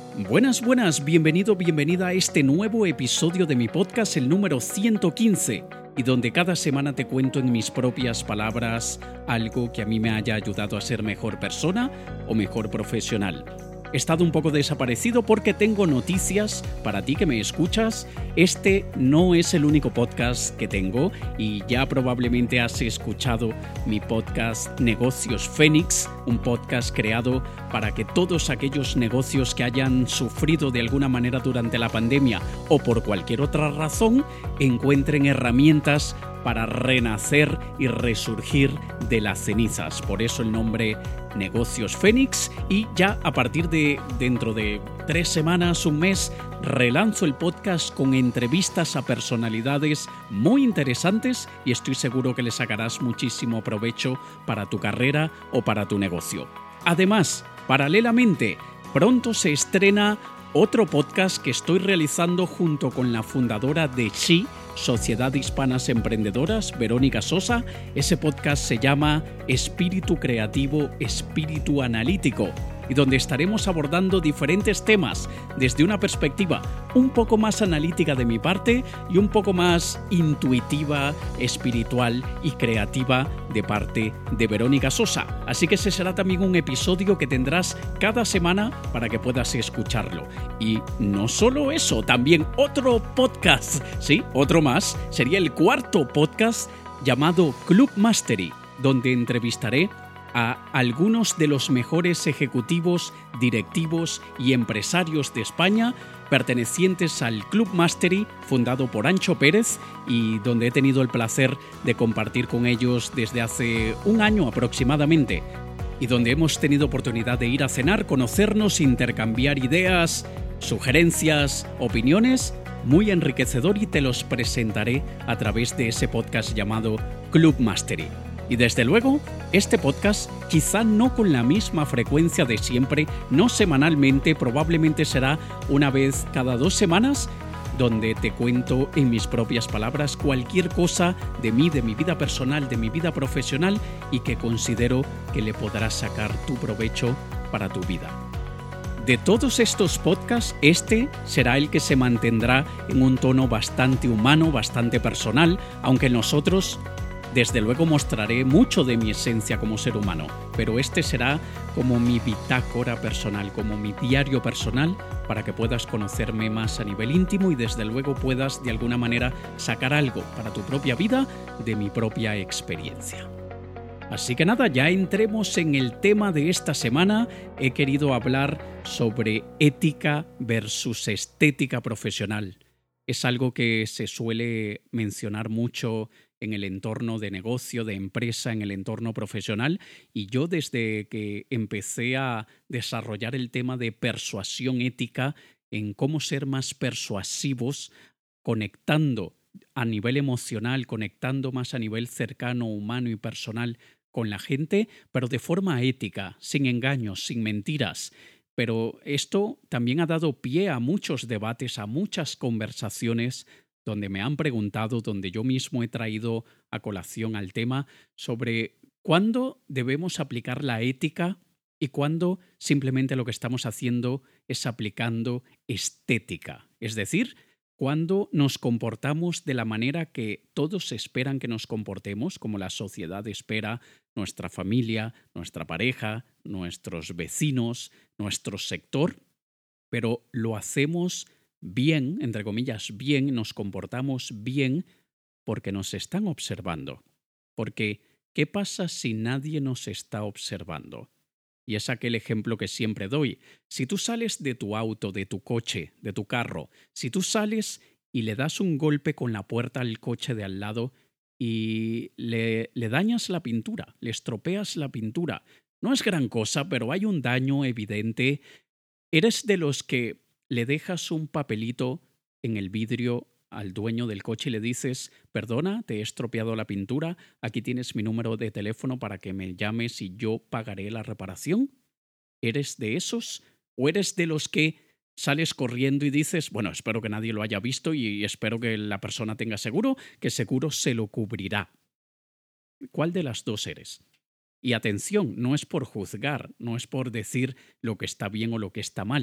Buenas, buenas, bienvenido, bienvenida a este nuevo episodio de mi podcast, el número 115, y donde cada semana te cuento en mis propias palabras algo que a mí me haya ayudado a ser mejor persona o mejor profesional. He estado un poco desaparecido porque tengo noticias para ti que me escuchas. Este no es el único podcast que tengo y ya probablemente has escuchado mi podcast Negocios Fénix, un podcast creado para que todos aquellos negocios que hayan sufrido de alguna manera durante la pandemia o por cualquier otra razón encuentren herramientas para renacer y resurgir de las cenizas. Por eso el nombre Negocios Fénix, y ya a partir de dentro de 3 semanas, un mes, relanzo el podcast con entrevistas a personalidades muy interesantes y estoy seguro que le sacarás muchísimo provecho para tu carrera o para tu negocio. Además, paralelamente, pronto se estrena otro podcast que estoy realizando junto con la fundadora de SHE, Sociedad de Hispanas Emprendedoras, Verónica Sosa. Ese podcast se llama Espíritu Creativo, Espíritu Analítico, y donde estaremos abordando diferentes temas desde una perspectiva un poco más analítica de mi parte y un poco más intuitiva, espiritual y creativa de parte de Verónica Sosa. Así que ese será también un episodio que tendrás cada semana para que puedas escucharlo. Y no solo eso, también otro podcast, sí, otro más, sería el 4º podcast llamado Club Mastery, donde entrevistaré a algunos de los mejores ejecutivos, directivos y empresarios de España pertenecientes al Club Mastery, fundado por Ancho Pérez, y donde he tenido el placer de compartir con ellos desde hace un año aproximadamente, y donde hemos tenido oportunidad de ir a cenar, conocernos, intercambiar ideas, sugerencias, opiniones. Muy enriquecedor, y te los presentaré a través de ese podcast llamado Club Mastery. Y desde luego, este podcast, quizá no con la misma frecuencia de siempre, no semanalmente, probablemente será una vez cada 2 semanas, donde te cuento en mis propias palabras cualquier cosa de mí, de mi vida personal, de mi vida profesional, y que considero que le podrás sacar tu provecho para tu vida. De todos estos podcasts, este será el que se mantendrá en un tono bastante humano, bastante personal, aunque en los otros desde luego mostraré mucho de mi esencia como ser humano, pero este será como mi bitácora personal, como mi diario personal, para que puedas conocerme más a nivel íntimo y desde luego puedas de alguna manera sacar algo para tu propia vida de mi propia experiencia. Así que nada, ya entremos en el tema de esta semana. He querido hablar sobre ética versus estética profesional. Es algo que se suele mencionar mucho en el entorno de negocio, de empresa, en el entorno profesional, y yo desde que empecé a desarrollar el tema de persuasión ética, en cómo ser más persuasivos, conectando a nivel emocional, conectando más a nivel cercano, humano y personal con la gente, pero de forma ética, sin engaños, sin mentiras. Pero esto también ha dado pie a muchos debates, a muchas conversaciones donde me han preguntado, donde yo mismo he traído a colación al tema sobre cuándo debemos aplicar la ética y cuándo simplemente lo que estamos haciendo es aplicando estética. Es decir, cuándo nos comportamos de la manera que todos esperan que nos comportemos, como la sociedad espera, nuestra familia, nuestra pareja, nuestros vecinos, nuestro sector, pero lo hacemos bien, entre comillas, bien, nos comportamos bien porque nos están observando. Porque, ¿qué pasa si nadie nos está observando? Y es aquel ejemplo que siempre doy. Si tú sales de tu auto, de tu coche, de tu carro, si tú sales y le das un golpe con la puerta al coche de al lado y le dañas la pintura, le estropeas la pintura, no es gran cosa, pero hay un daño evidente. ¿Eres de los que le dejas un papelito en el vidrio al dueño del coche y le dices: perdona, te he estropeado la pintura, aquí tienes mi número de teléfono para que me llames y yo pagaré la reparación? ¿Eres de esos? ¿O eres de los que sales corriendo y dices: bueno, espero que nadie lo haya visto y espero que la persona tenga seguro, que seguro se lo cubrirá? ¿Cuál de las dos eres? Y atención, no es por juzgar, no es por decir lo que está bien o lo que está mal.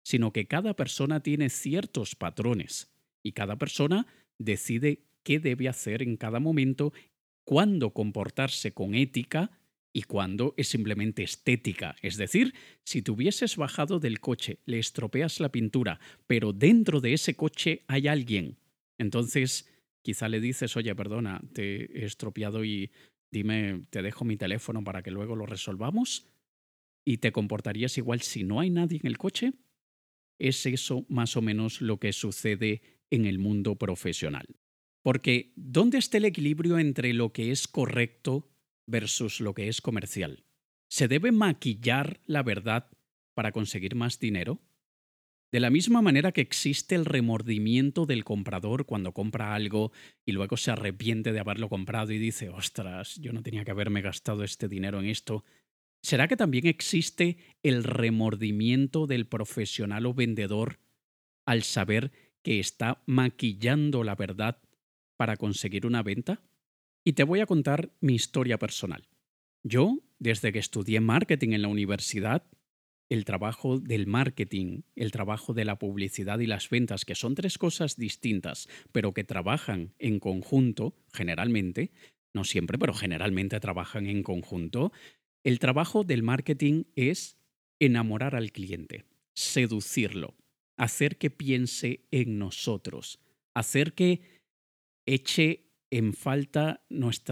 sino que cada persona tiene ciertos patrones y cada persona decide qué debe hacer en cada momento, cuándo comportarse con ética y cuándo es simplemente estética. Es decir, si te hubieses bajado del coche, le estropeas la pintura, pero dentro de ese coche hay alguien, entonces quizá le dices, oye, perdona, te he estropeado y dime, te dejo mi teléfono para que luego lo resolvamos, y te comportarías igual si no hay nadie en el coche. Es eso más o menos lo que sucede en el mundo profesional. Porque ¿dónde está el equilibrio entre lo que es correcto versus lo que es comercial? ¿Se debe maquillar la verdad para conseguir más dinero? De la misma manera que existe el remordimiento del comprador cuando compra algo y luego se arrepiente de haberlo comprado y dice, ostras, yo no tenía que haberme gastado este dinero en esto. ¿Será que también existe el remordimiento del profesional o vendedor al saber que está maquillando la verdad para conseguir una venta? Y te voy a contar mi historia personal. Yo, desde que estudié marketing en la universidad, el trabajo del marketing, el trabajo de la publicidad y las ventas, que son tres cosas distintas, pero que trabajan en conjunto, generalmente, no siempre, pero generalmente trabajan en conjunto. El trabajo del marketing es enamorar al cliente, seducirlo, hacer que piense en nosotros, hacer que eche en falta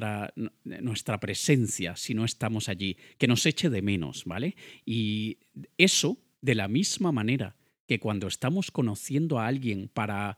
nuestra presencia si no estamos allí, que nos eche de menos, ¿vale? Y eso, de la misma manera que cuando estamos conociendo a alguien para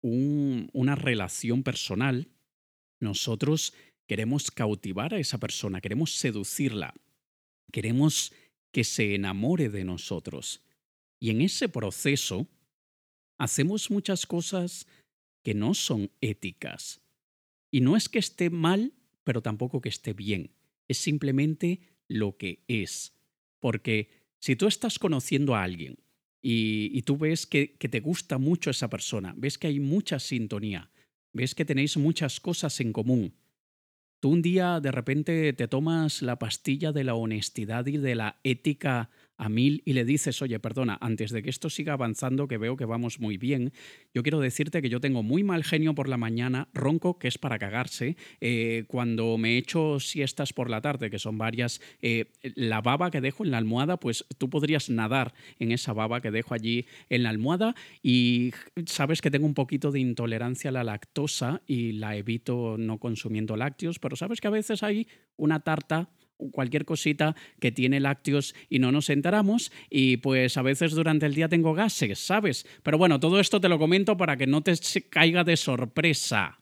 una relación personal, nosotros queremos cautivar a esa persona, queremos seducirla, queremos que se enamore de nosotros. Y en ese proceso hacemos muchas cosas que no son éticas. Y no es que esté mal, pero tampoco que esté bien. Es simplemente lo que es. Porque si tú estás conociendo a alguien y tú ves que te gusta mucho esa persona, ves que hay mucha sintonía, ves que tenéis muchas cosas en común, tú un día de repente te tomas la pastilla de la honestidad y de la ética a mil y le dices, oye, perdona, antes de que esto siga avanzando, que veo que vamos muy bien, yo quiero decirte que yo tengo muy mal genio por la mañana, ronco, que es para cagarse, cuando me echo siestas por la tarde, que son varias, la baba que dejo en la almohada, pues tú podrías nadar en esa baba que dejo allí en la almohada y sabes que tengo un poquito de intolerancia a la lactosa y la evito no consumiendo lácteos, pero sabes que a veces hay una tarta cualquier cosita que tiene lácteos y no nos enteramos y pues a veces durante el día tengo gases, ¿sabes? Pero bueno, todo esto te lo comento para que no te caiga de sorpresa.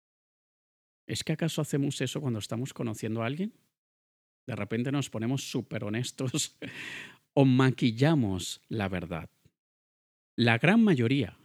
¿Es que acaso hacemos eso cuando estamos conociendo a alguien? De repente nos ponemos súper honestos o maquillamos la verdad. La gran mayoría,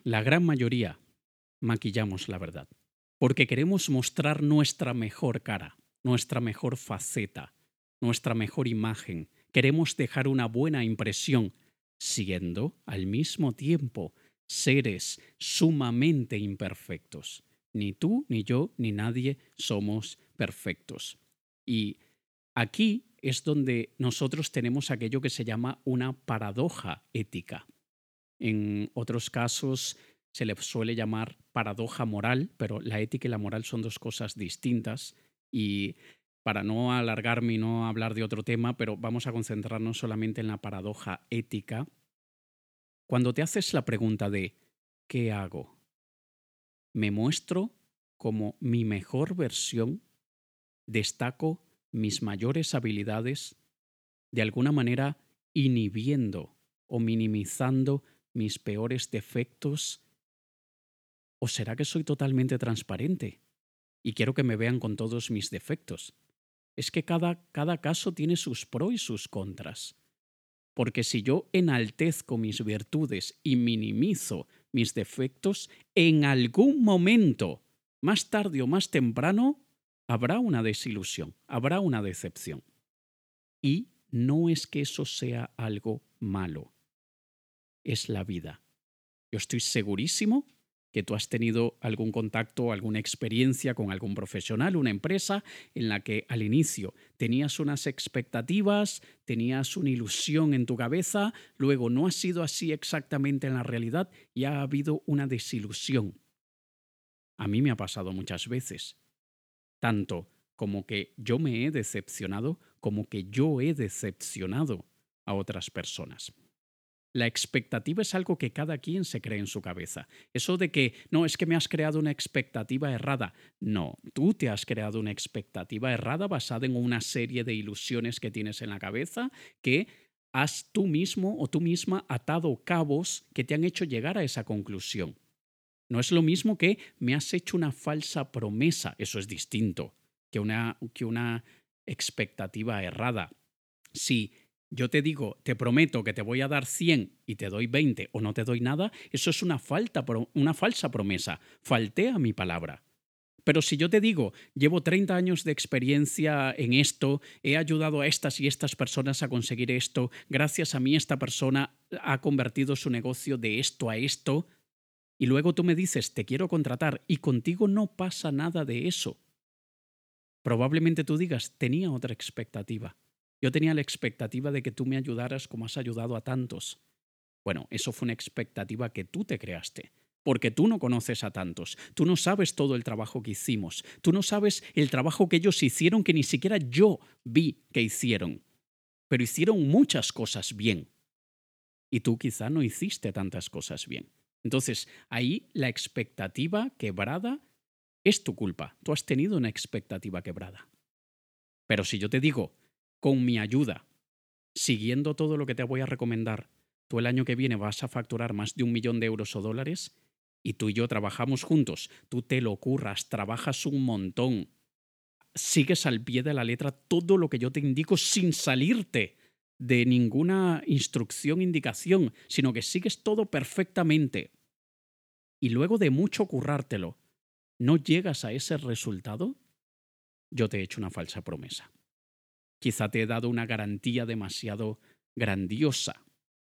maquillamos la verdad. Porque queremos mostrar nuestra mejor cara, nuestra mejor faceta, nuestra mejor imagen. Queremos dejar una buena impresión, siendo al mismo tiempo seres sumamente imperfectos. Ni tú, ni yo, ni nadie somos perfectos. Y aquí es donde nosotros tenemos aquello que se llama una paradoja ética. En otros casos se le suele llamar paradoja moral, pero la ética y la moral son dos cosas distintas y para no alargarme y no hablar de otro tema, pero vamos a concentrarnos solamente en la paradoja ética. Cuando te haces la pregunta de ¿qué hago? ¿Me muestro como mi mejor versión? ¿Destaco mis mayores habilidades? ¿De alguna manera inhibiendo o minimizando mis peores defectos? ¿O será que soy totalmente transparente y quiero que me vean con todos mis defectos? Es que cada caso tiene sus pros y sus contras. Porque si yo enaltezco mis virtudes y minimizo mis defectos, en algún momento, más tarde o más temprano, habrá una desilusión, habrá una decepción. Y no es que eso sea algo malo, es la vida. Yo estoy segurísimo que tú has tenido algún contacto, alguna experiencia con algún profesional, una empresa en la que al inicio tenías unas expectativas, tenías una ilusión en tu cabeza, luego no ha sido así exactamente en la realidad y ha habido una desilusión. A mí me ha pasado muchas veces, tanto como que yo me he decepcionado, como que yo he decepcionado a otras personas. La expectativa es algo que cada quien se cree en su cabeza. Eso de que, no, es que me has creado una expectativa errada. No, tú te has creado una expectativa errada basada en una serie de ilusiones que tienes en la cabeza que has tú mismo o tú misma atado cabos que te han hecho llegar a esa conclusión. No es lo mismo que me has hecho una falsa promesa. Eso es distinto que una expectativa errada. Si yo te digo, te prometo que te voy a dar 100 y te doy 20 o no te doy nada, eso es una falsa promesa. Falté a mi palabra. Pero si yo te digo, llevo 30 años de experiencia en esto, he ayudado a estas y estas personas a conseguir esto, gracias a mí esta persona ha convertido su negocio de esto a esto, y luego tú me dices, te quiero contratar, y contigo no pasa nada de eso. Probablemente tú digas, tenía otra expectativa. Yo tenía la expectativa de que tú me ayudaras como has ayudado a tantos. Bueno, eso fue una expectativa que tú te creaste, porque tú no conoces a tantos, tú no sabes todo el trabajo que hicimos, tú no sabes el trabajo que ellos hicieron que ni siquiera yo vi que hicieron, pero hicieron muchas cosas bien. Y tú quizá no hiciste tantas cosas bien. Entonces, ahí la expectativa quebrada es tu culpa. Tú has tenido una expectativa quebrada. Pero si yo te digo, con mi ayuda, siguiendo todo lo que te voy a recomendar, tú el año que viene vas a facturar más de 1.000.000 de euros o dólares y tú y yo trabajamos juntos, tú te lo curras, trabajas un montón, sigues al pie de la letra todo lo que yo te indico sin salirte de ninguna instrucción, indicación, sino que sigues todo perfectamente. Y luego de mucho currártelo, no llegas a ese resultado, yo te he hecho una falsa promesa. Quizá te he dado una garantía demasiado grandiosa.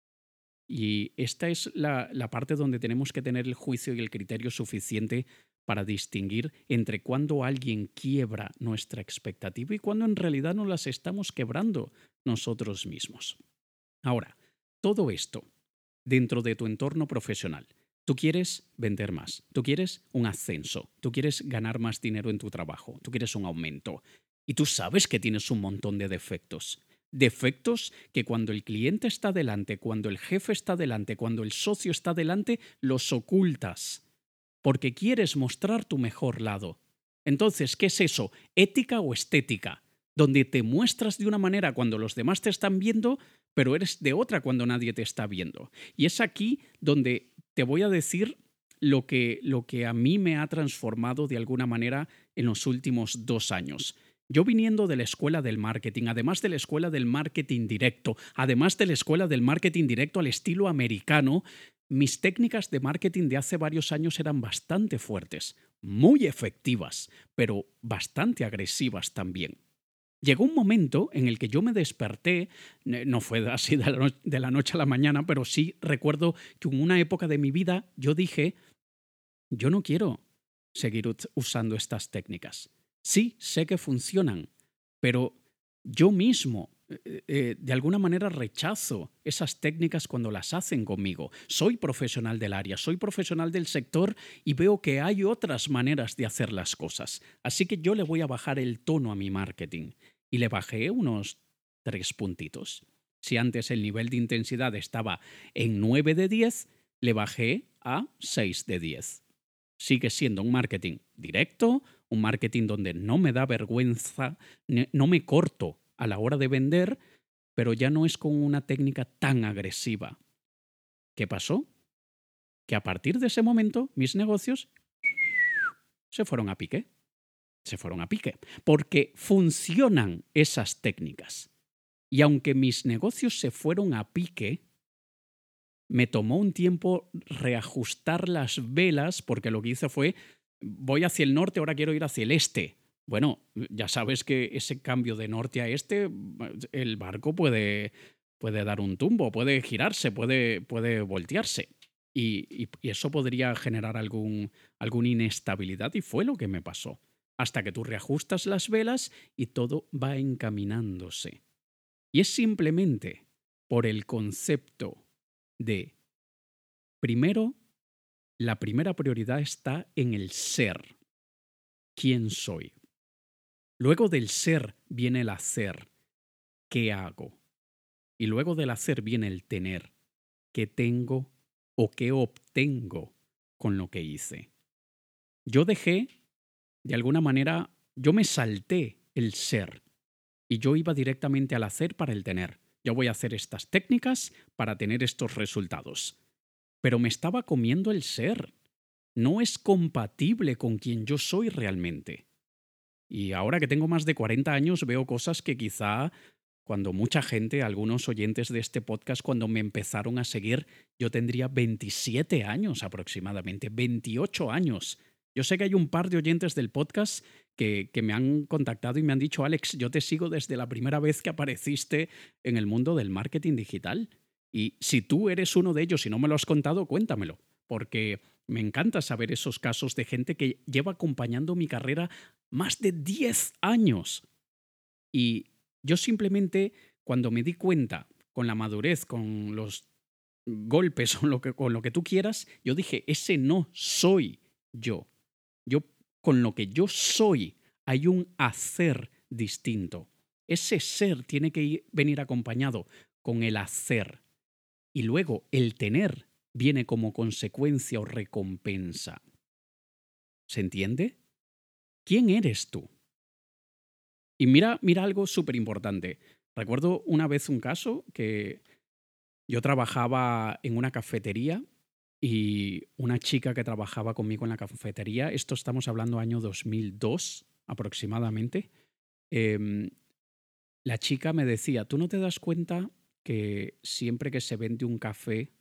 Y esta es la parte donde tenemos que tener el juicio y el criterio suficiente para distinguir entre cuando alguien quiebra nuestra expectativa y cuando en realidad no las estamos quebrando nosotros mismos. Ahora, todo esto dentro de tu entorno profesional. Tú quieres vender más, tú quieres un ascenso, tú quieres ganar más dinero en tu trabajo, tú quieres un aumento. Y tú sabes que tienes un montón de defectos. Defectos que cuando el cliente está delante, cuando el jefe está delante, cuando el socio está delante, los ocultas. Porque quieres mostrar tu mejor lado. Entonces, ¿qué es eso? ¿Ética o estética? Donde te muestras de una manera cuando los demás te están viendo, pero eres de otra cuando nadie te está viendo. Y es aquí donde te voy a decir lo que a mí me ha transformado de alguna manera en los últimos 2 años. Yo viniendo de la escuela del marketing, además de la escuela del marketing directo, además de la escuela del marketing directo al estilo americano, mis técnicas de marketing de hace varios años eran bastante fuertes, muy efectivas, pero bastante agresivas también. Llegó un momento en el que yo me desperté, no fue así de la noche a la mañana, pero sí recuerdo que en una época de mi vida yo dije, yo no quiero seguir usando estas técnicas. Sí, sé que funcionan, pero yo mismo de alguna manera rechazo esas técnicas cuando las hacen conmigo. Soy profesional del área, soy profesional del sector y veo que hay otras maneras de hacer las cosas. Así que yo le voy a bajar el tono a mi marketing. Y le bajé unos 3 puntitos. Si antes el nivel de intensidad estaba en 9 de 10, le bajé a 6 de 10. Sigue siendo un marketing directo, un marketing donde no me da vergüenza, no me corto a la hora de vender, pero ya no es con una técnica tan agresiva. ¿Qué pasó? Que a partir de ese momento mis negocios se fueron a pique. Se fueron a pique, porque funcionan esas técnicas. Y aunque mis negocios se fueron a pique, me tomó un tiempo reajustar las velas, porque lo que hice fue, voy hacia el norte, ahora quiero ir hacia el este. Bueno, ya sabes que ese cambio de norte a este, el barco puede dar un tumbo, puede girarse, puede voltearse. Y eso podría generar alguna inestabilidad, y fue lo que me pasó. Hasta que tú reajustas las velas y todo va encaminándose. Y es simplemente por el concepto de, primero, la primera prioridad está en el ser. ¿Quién soy? Luego del ser viene el hacer. ¿Qué hago? Y luego del hacer viene el tener. ¿Qué tengo o qué obtengo con lo que hice? Yo dejé, de alguna manera, yo me salté el ser y yo iba directamente al hacer para el tener. Yo voy a hacer estas técnicas para tener estos resultados. Pero me estaba comiendo el ser. No es compatible con quien yo soy realmente. Y ahora que tengo más de 40 años veo cosas que quizá cuando mucha gente, algunos oyentes de este podcast, cuando me empezaron a seguir, yo tendría 27 años aproximadamente, 28 años. Yo sé que hay un par de oyentes del podcast que me han contactado y me han dicho, Alex, yo te sigo desde la primera vez que apareciste en el mundo del marketing digital. Y si tú eres uno de ellos y no me lo has contado, cuéntamelo, porque me encanta saber esos casos de gente que lleva acompañando mi carrera más de 10 años. Y yo simplemente, cuando me di cuenta, con la madurez, con los golpes o con lo que tú quieras, yo dije, ese no soy yo. Yo, con lo que yo soy, hay un hacer distinto. Ese ser tiene que venir acompañado con el hacer. Y luego el tener viene como consecuencia o recompensa. ¿Se entiende? ¿Quién eres tú? Y mira algo súper importante. Recuerdo una vez un caso que yo trabajaba en una cafetería y una chica que trabajaba conmigo en la cafetería, esto estamos hablando año 2002 aproximadamente, em, la chica me decía, ¿tú no te das cuenta que siempre que se vende un café,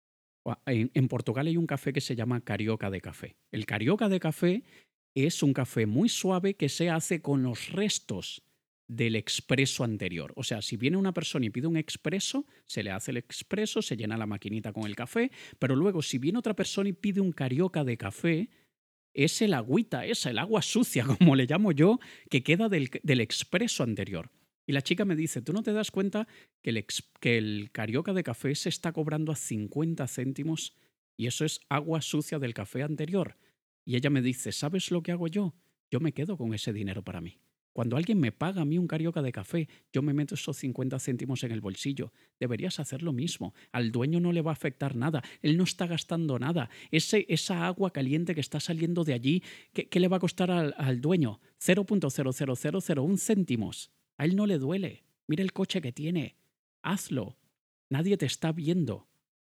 en Portugal hay un café que se llama carioca de café? El carioca de café es un café muy suave que se hace con los restos del expreso anterior. O sea, si viene una persona y pide un expreso, se le hace el expreso, se llena la maquinita con el café, pero luego si viene otra persona y pide un carioca de café, es el agüita esa, el agua sucia, como le llamo yo, que queda del expreso anterior. Y la chica me dice, ¿tú no te das cuenta que el carioca de café se está cobrando a 50 céntimos y eso es agua sucia del café anterior? Y ella me dice, ¿sabes lo que hago yo? Yo me quedo con ese dinero para mí. Cuando alguien me paga a mí un carioca de café, yo me meto esos 50 céntimos en el bolsillo. Deberías hacer lo mismo. Al dueño no le va a afectar nada. Él no está gastando nada. Esa agua caliente que está saliendo de allí, ¿qué le va a costar al dueño? 0,00001 céntimos. A él no le duele. Mira el coche que tiene. Hazlo. Nadie te está viendo.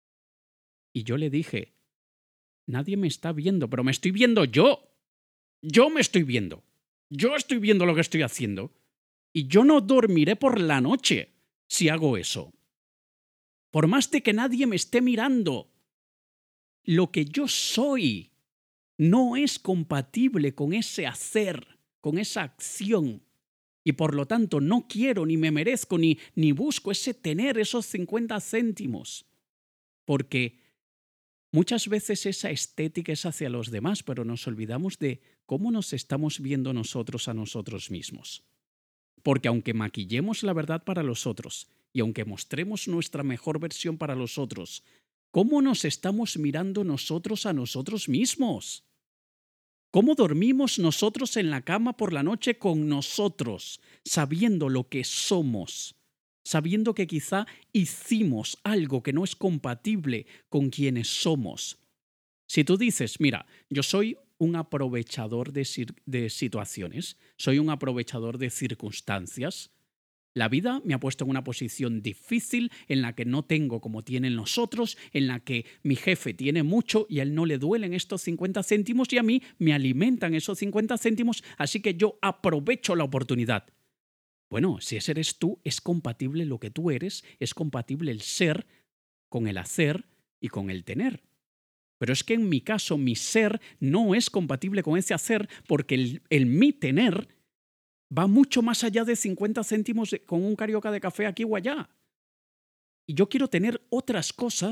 Y yo le dije, nadie me está viendo, pero me estoy viendo yo. Yo me estoy viendo. Yo estoy viendo lo que estoy haciendo. Y yo no dormiré por la noche si hago eso. Por más de que nadie me esté mirando, lo que yo soy no es compatible con ese hacer, con esa acción. Y por lo tanto no quiero, ni me merezco, ni busco ese tener esos 50 céntimos. Porque muchas veces esa estética es hacia los demás, pero nos olvidamos de cómo nos estamos viendo nosotros a nosotros mismos. Porque aunque maquillemos la verdad para los otros y aunque mostremos nuestra mejor versión para los otros, ¿cómo nos estamos mirando nosotros a nosotros mismos? ¿Cómo dormimos nosotros en la cama por la noche con nosotros, sabiendo lo que somos? Sabiendo que quizá hicimos algo que no es compatible con quienes somos. Si tú dices, mira, yo soy un aprovechador de situaciones, soy un aprovechador de circunstancias, la vida me ha puesto en una posición difícil en la que no tengo como tienen los otros, en la que mi jefe tiene mucho y a él no le duelen estos 50 céntimos y a mí me alimentan esos 50 céntimos, así que yo aprovecho la oportunidad. Bueno, si ese eres tú, es compatible lo que tú eres, es compatible el ser con el hacer y con el tener. Pero es que en mi caso, mi ser no es compatible con ese hacer porque el mi tener va mucho más allá de 50 céntimos con un carioca de café aquí o allá. Y yo quiero tener otras cosas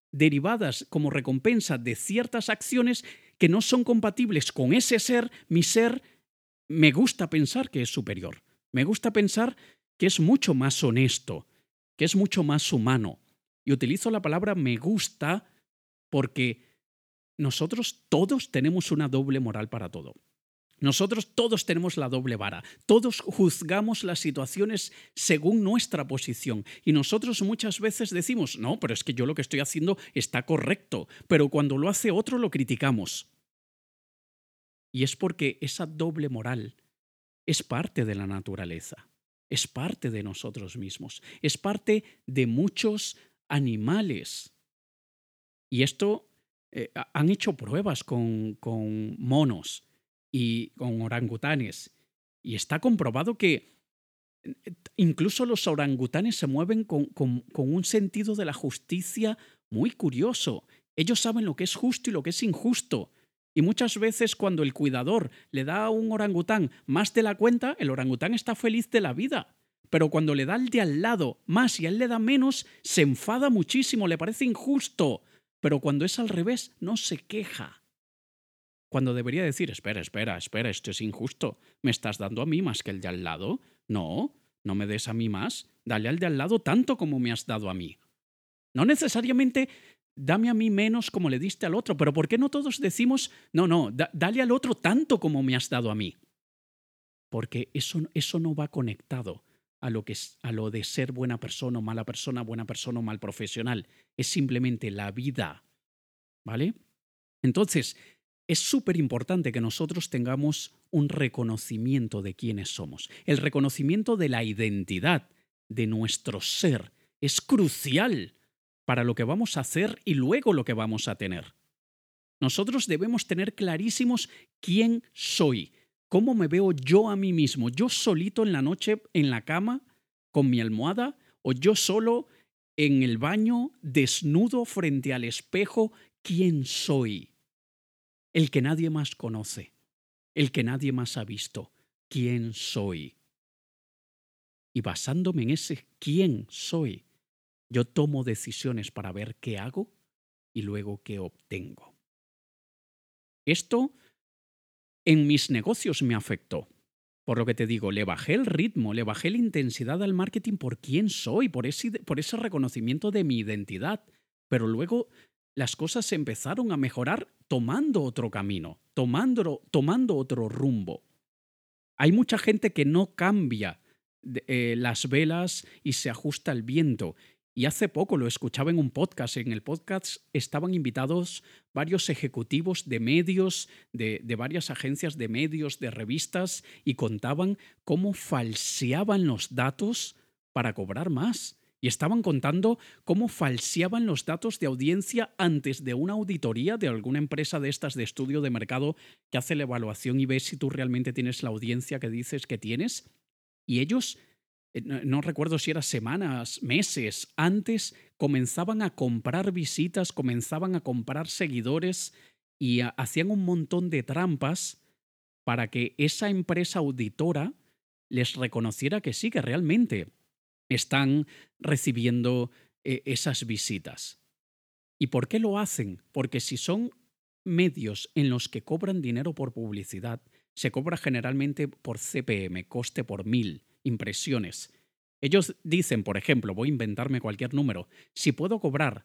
derivadas como recompensa de ciertas acciones que no son compatibles con ese ser, mi ser me gusta pensar que es superior. Me gusta pensar que es mucho más honesto, que es mucho más humano. Y utilizo la palabra me gusta porque nosotros todos tenemos una doble moral para todo. Nosotros todos tenemos la doble vara, todos juzgamos las situaciones según nuestra posición y nosotros muchas veces decimos, no, pero es que yo lo que estoy haciendo está correcto, pero cuando lo hace otro lo criticamos. Y es porque esa doble moral es parte de la naturaleza, es parte de nosotros mismos, es parte de muchos animales. Y esto han hecho pruebas con monos y con orangutanes. Y está comprobado que incluso los orangutanes se mueven con un sentido de la justicia muy curioso. Ellos saben lo que es justo y lo que es injusto. Y muchas veces cuando el cuidador le da a un orangután más de la cuenta, el orangután está feliz de la vida. Pero cuando le da al de al lado más y a él le da menos, se enfada muchísimo, le parece injusto. Pero cuando es al revés, no se queja. Cuando debería decir, espera, esto es injusto. ¿Me estás dando a mí más que el de al lado? No, no me des a mí más. Dale al de al lado tanto como me has dado a mí. No necesariamente dame a mí menos como le diste al otro, pero ¿por qué no todos decimos, no, dale al otro tanto como me has dado a mí? Porque eso no va conectado a lo de ser buena persona o mala persona, buena persona o mal profesional. Es simplemente la vida, ¿vale? Entonces, es súper importante que nosotros tengamos un reconocimiento de quiénes somos. El reconocimiento de la identidad de nuestro ser es crucial para lo que vamos a hacer y luego lo que vamos a tener. Nosotros debemos tener clarísimos quién soy, cómo me veo yo a mí mismo, yo solito en la noche en la cama con mi almohada o yo solo en el baño desnudo frente al espejo, quién soy. El que nadie más conoce, el que nadie más ha visto, quién soy. Y basándome en ese quién soy, yo tomo decisiones para ver qué hago y luego qué obtengo. Esto en mis negocios me afectó. Por lo que te digo, le bajé el ritmo, le bajé la intensidad al marketing por quién soy, por ese reconocimiento de mi identidad. Pero luego las cosas se empezaron a mejorar tomando otro camino, tomando otro rumbo. Hay mucha gente que no cambia las velas y se ajusta al viento. Y hace poco lo escuchaba en un podcast. En el podcast estaban invitados varios ejecutivos de medios, de varias agencias de medios, de revistas, y contaban cómo falseaban los datos para cobrar más. Y estaban contando cómo falseaban los datos de audiencia antes de una auditoría de alguna empresa de estas de estudio de mercado que hace la evaluación y ve si tú realmente tienes la audiencia que dices que tienes. Y ellos, no recuerdo si era semanas, meses antes, comenzaban a comprar visitas, comenzaban a comprar seguidores y hacían un montón de trampas para que esa empresa auditora les reconociera que sí, que realmente están recibiendo esas visitas. ¿Y por qué lo hacen? Porque si son medios en los que cobran dinero por publicidad, se cobra generalmente por CPM, coste por 1000 impresiones. Ellos dicen, por ejemplo, voy a inventarme cualquier número, si puedo cobrar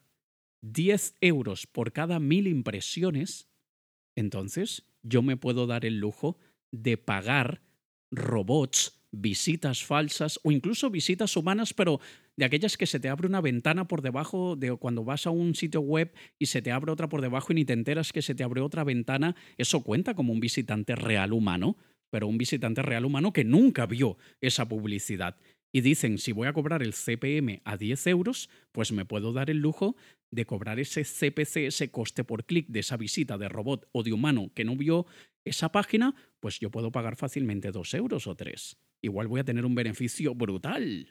10 euros por cada 1000 impresiones, entonces yo me puedo dar el lujo de pagar robots, visitas falsas o incluso visitas humanas, pero de aquellas que se te abre una ventana por debajo de cuando vas a un sitio web y se te abre otra por debajo y ni te enteras que se te abre otra ventana. Eso cuenta como un visitante real humano, pero un visitante real humano que nunca vio esa publicidad. Y dicen, si voy a cobrar el CPM a 10 euros, pues me puedo dar el lujo de cobrar ese CPC, ese coste por clic de esa visita de robot o de humano que no vio esa página, pues yo puedo pagar fácilmente 2 euros o 3. Igual voy a tener un beneficio brutal.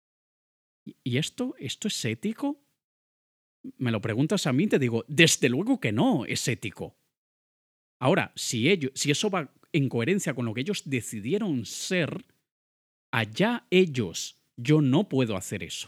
¿Y esto es ético? Me lo preguntas a mí, te digo, desde luego que no es ético. Ahora, si eso va en coherencia con lo que ellos decidieron ser, allá ellos, yo no puedo hacer eso.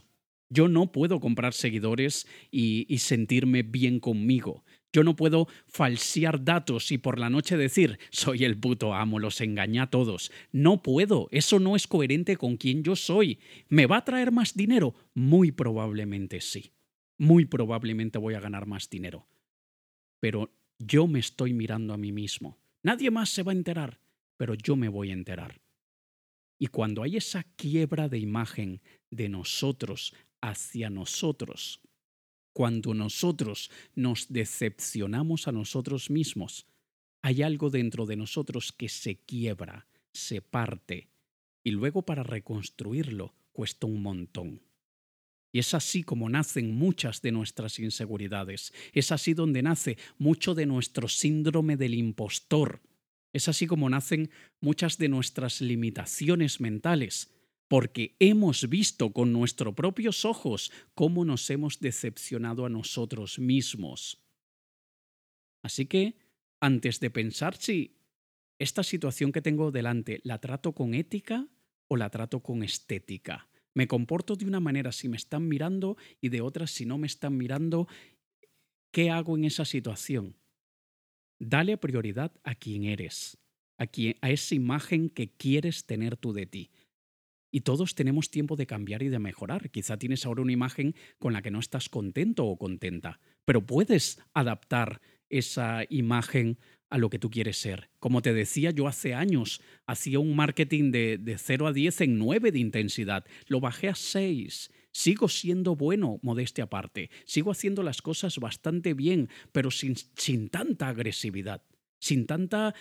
Yo no puedo comprar seguidores y sentirme bien conmigo. Yo no puedo falsear datos y por la noche decir, soy el puto amo, los engañé a todos. No puedo, eso no es coherente con quien yo soy. ¿Me va a traer más dinero? Muy probablemente sí. Muy probablemente voy a ganar más dinero. Pero yo me estoy mirando a mí mismo. Nadie más se va a enterar, pero yo me voy a enterar. Y cuando hay esa quiebra de imagen de nosotros hacia nosotros, cuando nosotros nos decepcionamos a nosotros mismos, hay algo dentro de nosotros que se quiebra, se parte, y luego para reconstruirlo cuesta un montón. Y es así como nacen muchas de nuestras inseguridades. Es así donde nace mucho de nuestro síndrome del impostor. Es así como nacen muchas de nuestras limitaciones mentales, porque hemos visto con nuestros propios ojos cómo nos hemos decepcionado a nosotros mismos. Así que, antes de pensar si esta situación que tengo delante la trato con ética o la trato con estética, me comporto de una manera si me están mirando y de otra si no me están mirando, ¿qué hago en esa situación? Dale prioridad a quien eres, a esa imagen que quieres tener tú de ti. Y todos tenemos tiempo de cambiar y de mejorar. Quizá tienes ahora una imagen con la que no estás contento o contenta, pero puedes adaptar esa imagen a lo que tú quieres ser. Como te decía, yo hace años hacía un marketing de 0 a 10 en 9 de intensidad. Lo bajé a 6. Sigo siendo bueno, modestia aparte. Sigo haciendo las cosas bastante bien, pero sin tanta agresividad, sin tanta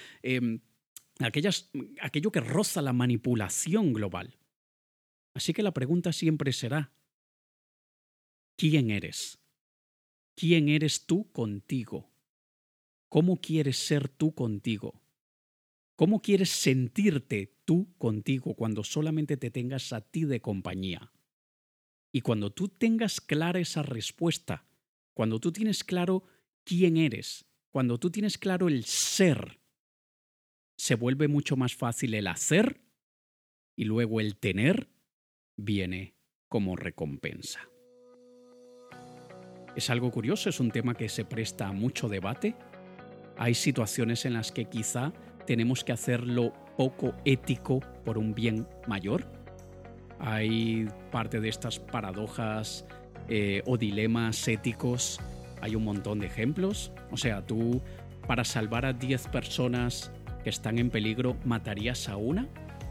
aquello que roza la manipulación global. Así que la pregunta siempre será, ¿quién eres? ¿Quién eres tú contigo? ¿Cómo quieres ser tú contigo? ¿Cómo quieres sentirte tú contigo cuando solamente te tengas a ti de compañía? Y cuando tú tengas clara esa respuesta, cuando tú tienes claro quién eres, cuando tú tienes claro el ser, se vuelve mucho más fácil el hacer y luego el tener viene como recompensa. Es algo curioso, es un tema que se presta a mucho debate. Hay situaciones en las que quizá tenemos que hacerlo poco ético por un bien mayor. Hay parte de estas paradojas o dilemas éticos, hay un montón de ejemplos. O sea, tú para salvar a 10 personas que están en peligro, ¿matarías a una?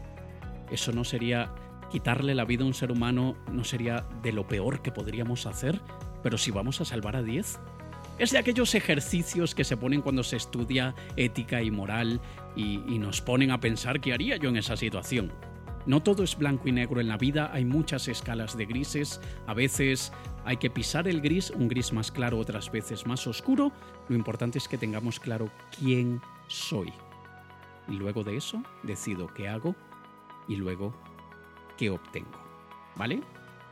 Eso no sería... Quitarle la vida a un ser humano no sería de lo peor que podríamos hacer, pero si vamos a salvar a 10... Es de aquellos ejercicios que se ponen cuando se estudia ética y moral y nos ponen a pensar qué haría yo en esa situación. No todo es blanco y negro en la vida, hay muchas escalas de grises, a veces hay que pisar el gris, un gris más claro, otras veces más oscuro. Lo importante es que tengamos claro quién soy. Y luego de eso decido qué hago y luego qué obtengo, ¿vale?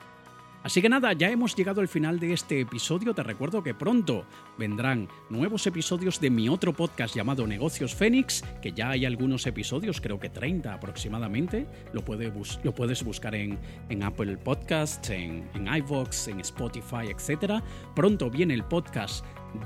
Así que nada, ya hemos llegado al final de este episodio. Te recuerdo que pronto vendrán nuevos episodios de mi otro podcast llamado Negocios Fénix, que ya hay algunos episodios, creo que 30 aproximadamente. Lo puedes buscar en Apple Podcasts, en iVoox, en Spotify, etc. Pronto viene el podcast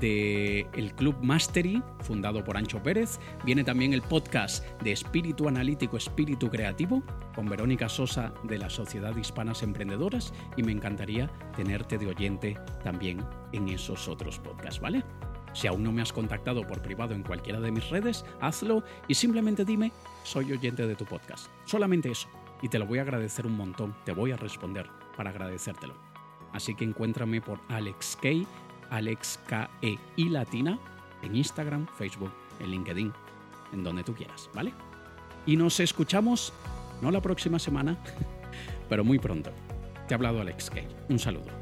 del Club Mastery, fundado por Ancho Pérez. Viene también el podcast de Espíritu Analítico, Espíritu Creativo, con Verónica Sosa de la Sociedad de Hispanas Emprendedoras, y me encantaría tenerte de oyente también en esos otros podcasts, ¿vale? Si aún no me has contactado por privado en cualquiera de mis redes, hazlo y simplemente dime, soy oyente de tu podcast. Solamente eso. Y te lo voy a agradecer un montón. Te voy a responder para agradecértelo. Así que encuéntrame por Alex Key, Alex K-E y latina, en Instagram, Facebook, en LinkedIn, en donde tú quieras, ¿vale? Y nos escuchamos, no la próxima semana, pero muy pronto. Te ha hablado Alex Key. Un saludo.